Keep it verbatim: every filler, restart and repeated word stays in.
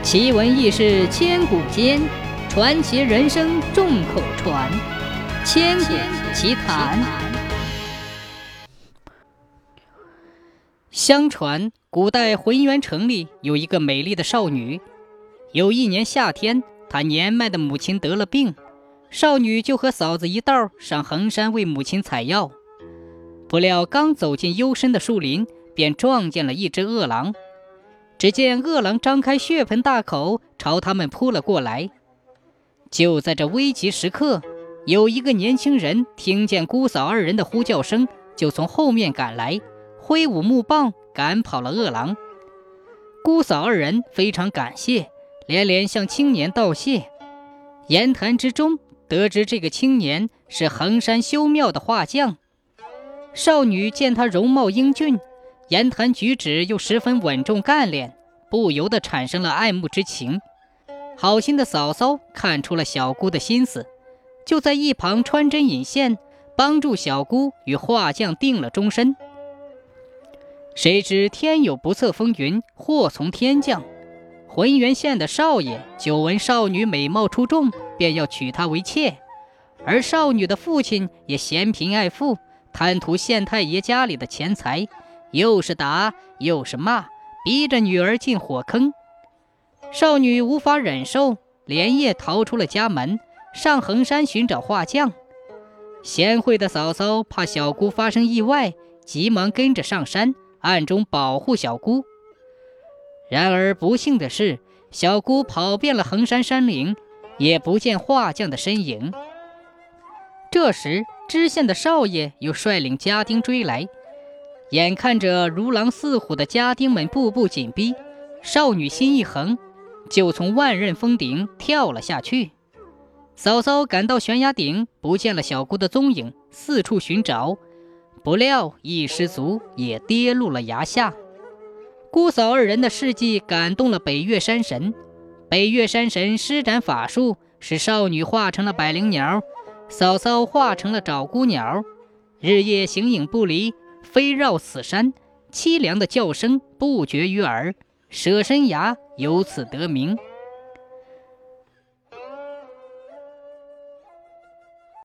奇闻异事千古间，传奇人生众口传。千古奇谈。相传古代浑源城里有一个美丽的少女，有一年夏天，她年迈的母亲得了病，少女就和嫂子一道上衡山为母亲采药。不料刚走进幽深的树林，便撞见了一只饿狼。只见饿狼张开血盆大口朝他们扑了过来。就在这危急时刻，有一个年轻人听见姑嫂二人的呼叫声，就从后面赶来，挥舞木棒赶跑了饿狼。姑嫂二人非常感谢，连连向青年道谢。言谈之中得知这个青年是衡山修庙的画匠。少女见他容貌英俊，言谈举止又十分稳重干练，不由得产生了爱慕之情。好心的嫂嫂看出了小姑的心思，就在一旁穿针引线，帮助小姑与画匠定了终身。谁知天有不测风云，祸从天降。浑源县的少爷久闻少女美貌出众，便要娶她为妾，而少女的父亲也嫌贫爱富，贪图县太爷家里的钱财，又是打又是骂，逼着女儿进火坑。少女无法忍受，连夜逃出了家门，上衡山寻找画匠。贤惠的嫂嫂怕小姑发生意外，急忙跟着上山，暗中保护小姑。然而不幸的是，小姑跑遍了衡山山岭，也不见画匠的身影。这时知县的少爷又率领家丁追来，眼看着如狼似虎的家丁们步步紧逼，少女心一横，就从万仞峰顶跳了下去。嫂嫂赶到悬崖顶，不见了小姑的踪影，四处寻找，不料一失足也跌入了崖下。姑嫂二人的事迹感动了北岳山神，北岳山神施展法术，使少女化成了百灵鸟，嫂嫂化成了找姑鸟，日夜形影不离，飞绕此山，凄凉的叫声不绝于耳，舍身崖由此得名。